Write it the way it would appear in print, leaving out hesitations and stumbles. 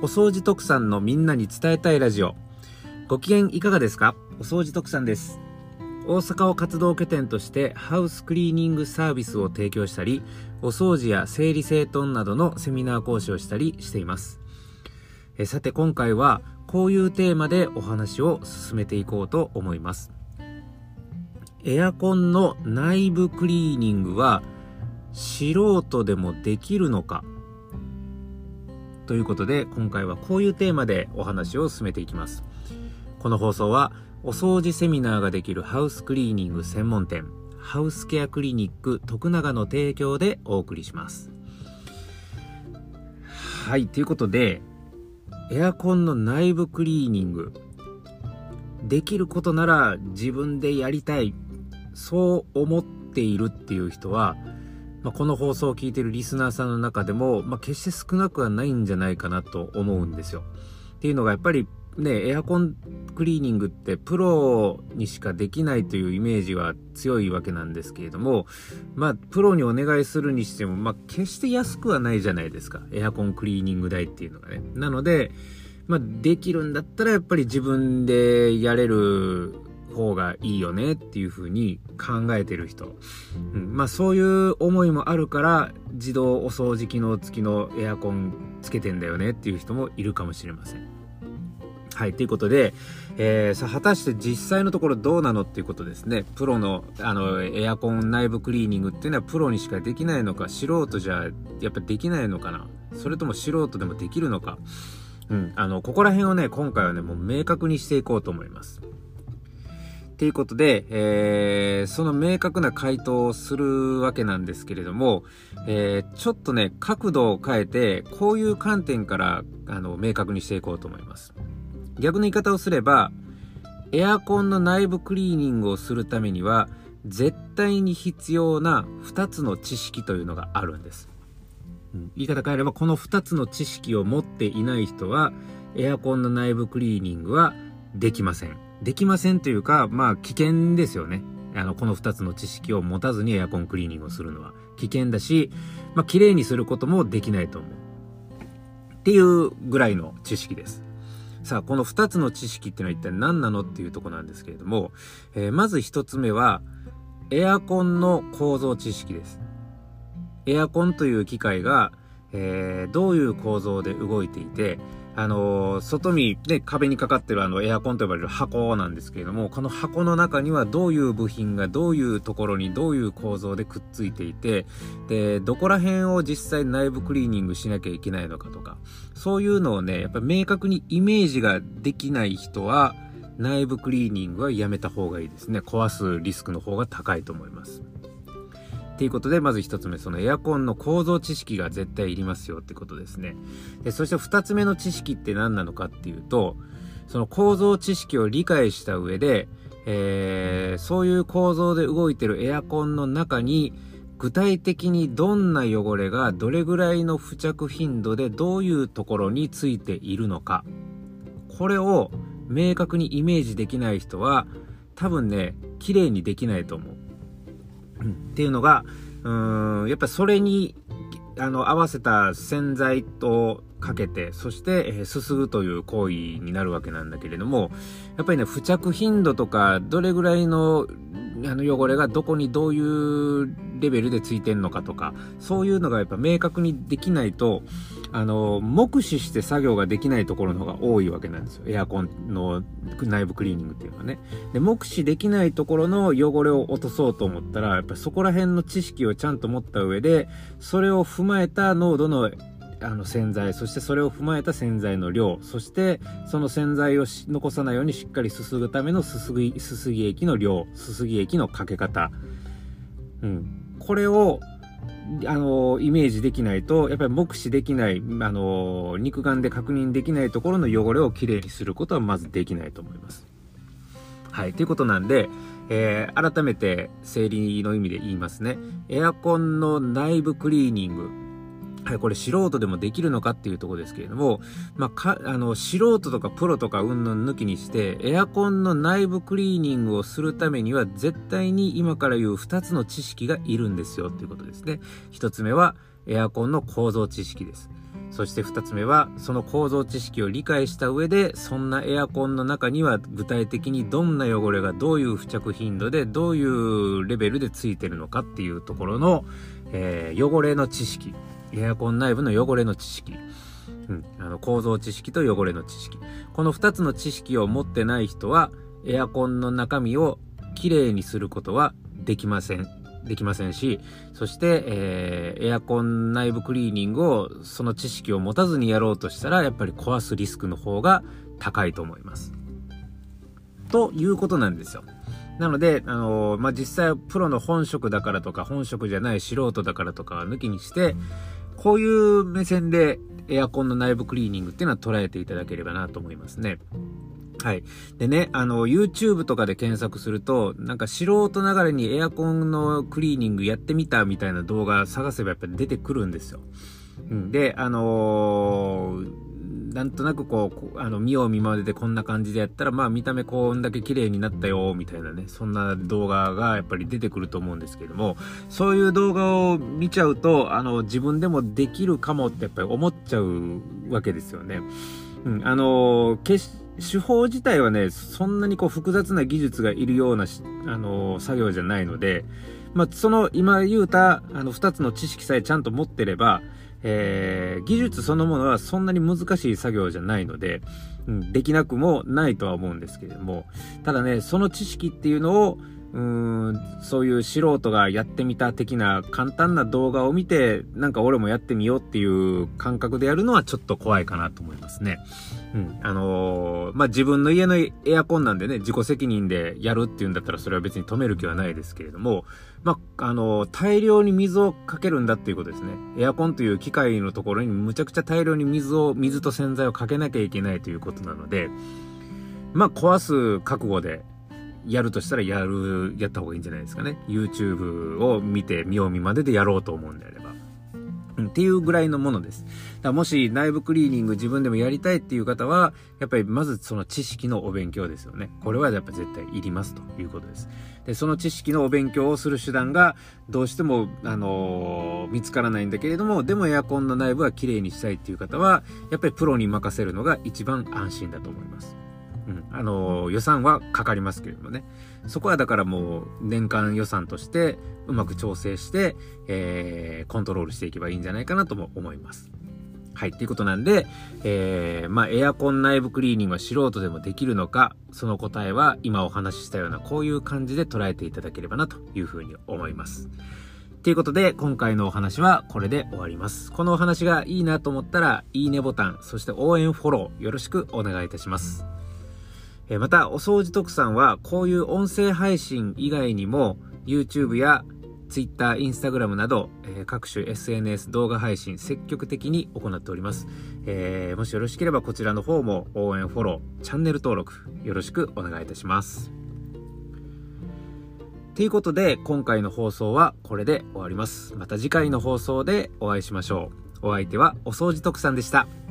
掃除特産のみんなに伝えたいラジオ。ご機嫌いかがですか？お掃除特産です。大阪を活動拠点としてハウスクリーニングサービスを提供したり、お掃除や整理整頓などのセミナー講師をしたりしています。さて今回はこういうテーマでお話を進めていこうと思います。エアコンの内部クリーニングは素人でもできるのかということで、今回はこういうテーマでお話を進めていきます。この放送はお掃除セミナーができるハウスクリーニング専門店ハウスケアクリニック徳永の提供でお送りします。はい、ということでエアコンの内部クリーニングできることなら自分でやりたい、そう思っているっていう人は、この放送を聞いているリスナーさんの中でも、決して少なくはないんじゃないかなと思うんですよ。っていうのがやっぱりね、エアコンクリーニングってプロにしかできないというイメージは強いわけなんですけれども、プロにお願いするにしても、決して安くはないじゃないですか。エアコンクリーニング代っていうのがね。なので、できるんだったらやっぱり自分でやれる方がいいよねっていう風に考えてる人、そういう思いもあるから自動お掃除機能付きのエアコンつけてんだよねっていう人もいるかもしれません。はい、ということで、果たして実際のところどうなのっていうことですね。プロのエアコン内部クリーニングっていうのはプロにしかできないのか、素人じゃやっぱできないのかな、それとも素人でもできるのか、ここら辺をね、今回はねもう明確にしていこうと思います。ということで、その明確な回答をするわけなんですけれども、ちょっとね角度を変えてこういう観点から明確にしていこうと思います。逆の言い方をすれば、エアコンの内部クリーニングをするためには絶対に必要な2つの知識というのがあるんです。言い方変えれば、この2つの知識を持っていない人はエアコンの内部クリーニングはできません。できませんというか、危険ですよね。この2つの知識を持たずにエアコンクリーニングをするのは危険だし、綺麗にすることもできないと思うっていうぐらいの知識です。さあ、この2つの知識っていうのは一体何なのっていうところなんですけれども、まず1つ目はエアコンの構造知識です。エアコンという機械が、どういう構造で動いていて、外見で壁にかかってるエアコンと呼ばれる箱なんですけれども、この箱の中にはどういう部品がどういうところにどういう構造でくっついていて、でどこら辺を実際内部クリーニングしなきゃいけないのかとか、そういうのをねやっぱり明確にイメージができない人は内部クリーニングはやめた方がいいですね。壊すリスクの方が高いと思います。ということで、まず一つ目、そのエアコンの構造知識が絶対いりますよってことですね。で、そして二つ目の知識って何なのかっていうと、その構造知識を理解した上で、そういう構造で動いてるエアコンの中に具体的にどんな汚れがどれぐらいの付着頻度でどういうところについているのか、これを明確にイメージできない人は多分ね綺麗にできないと思う。っていうのが、やっぱりそれに合わせた洗剤をかけて、そしてすすぐという行為になるわけなんだけれども、やっぱりね付着頻度とかどれぐらいの汚れがどこにどういうレベルでついてんのかとか、そういうのがやっぱ明確にできないと目視して作業ができないところの方が多いわけなんですよ。エアコンの内部クリーニングっていうのはね。で、目視できないところの汚れを落とそうと思ったら、やっぱりそこら辺の知識をちゃんと持った上で、それを踏まえた濃度の洗剤、そしてそれを踏まえた洗剤の量、そしてその洗剤を残さないようにしっかりすすぐためのすすぎ液の量、すすぎ液のかけ方、これをイメージできないと、やっぱり目視できない、肉眼で確認できないところの汚れをきれいにすることはまずできないと思います。はい、ということなんで、改めて整理の意味で言いますね。エアコンの内部クリーニング、はい、これ素人でもできるのかっていうところですけれども、素人とかプロとか云々抜きにして、エアコンの内部クリーニングをするためには絶対に今から言う2つの知識がいるんですよっていうことですね。1つ目はエアコンの構造知識です。 そして2つ目はその構造知識を理解した上で、そんなエアコンの中には具体的にどんな汚れがどういう付着頻度でどういうレベルでついてるのかっていうところの、汚れの知識、エアコン内部の汚れの知識、構造知識と汚れの知識、この2つの知識を持ってない人はエアコンの中身をきれいにすることはできませんし、そして、エアコン内部クリーニングをその知識を持たずにやろうとしたらやっぱり壊すリスクの方が高いと思いますということなんですよ。なので、実際プロの本職だからとか本職じゃない素人だからとかは抜きにして、こういう目線でエアコンの内部クリーニングっていうのは捉えていただければなと思いますね。はい。でね、YouTube とかで検索すると、なんか素人ながらにエアコンのクリーニングやってみたみたいな動画探せばやっぱり出てくるんですよ。で、なんとなく見よう見まねでこんな感じでやったら、見た目こんだけ綺麗になったよ、みたいなね、そんな動画がやっぱり出てくると思うんですけども、そういう動画を見ちゃうと、自分でもできるかもってやっぱり思っちゃうわけですよね。手法自体はね、そんなに複雑な技術がいるような作業じゃないので、その今言うた2つの知識さえちゃんと持ってれば、技術そのものはそんなに難しい作業じゃないので、できなくもないとは思うんですけれども、ただね、その知識っていうのをそういう素人がやってみた的な簡単な動画を見て、なんか俺もやってみようっていう感覚でやるのはちょっと怖いかなと思いますね。自分の家のエアコンなんでね、自己責任でやるっていうんだったらそれは別に止める気はないですけれども、大量に水をかけるんだっていうことですね。エアコンという機械のところにむちゃくちゃ大量に水と洗剤をかけなきゃいけないということなので、壊す覚悟でやるとしたらやった方がいいんじゃないですかね。YouTube を見よう見まねでやろうと思うんであれば。っていうぐらいのものです。だからもし内部クリーニング自分でもやりたいっていう方は、やっぱりまずその知識のお勉強ですよね。これはやっぱ絶対いりますということです。で、その知識のお勉強をする手段がどうしても、見つからないんだけれども、でもエアコンの内部は綺麗にしたいっていう方は、やっぱりプロに任せるのが一番安心だと思います。予算はかかりますけれどもね。そこはだからもう年間予算としてうまく調整して、コントロールしていけばいいんじゃないかなとも思います。はい、っていうことなんで、エアコン内部クリーニングは素人でもできるのか、その答えは今お話ししたようなこういう感じで捉えていただければなというふうに思います。ということで今回のお話はこれで終わります。このお話がいいなと思ったらいいねボタン、そして応援フォローよろしくお願いいたします。また、お掃除特産は、こういう音声配信以外にも、YouTube や Twitter、Instagram など、各種 SNS 動画配信積極的に行っております。もしよろしければこちらの方も応援フォロー、チャンネル登録よろしくお願いいたします。ということで、今回の放送はこれで終わります。また次回の放送でお会いしましょう。お相手はお掃除特産でした。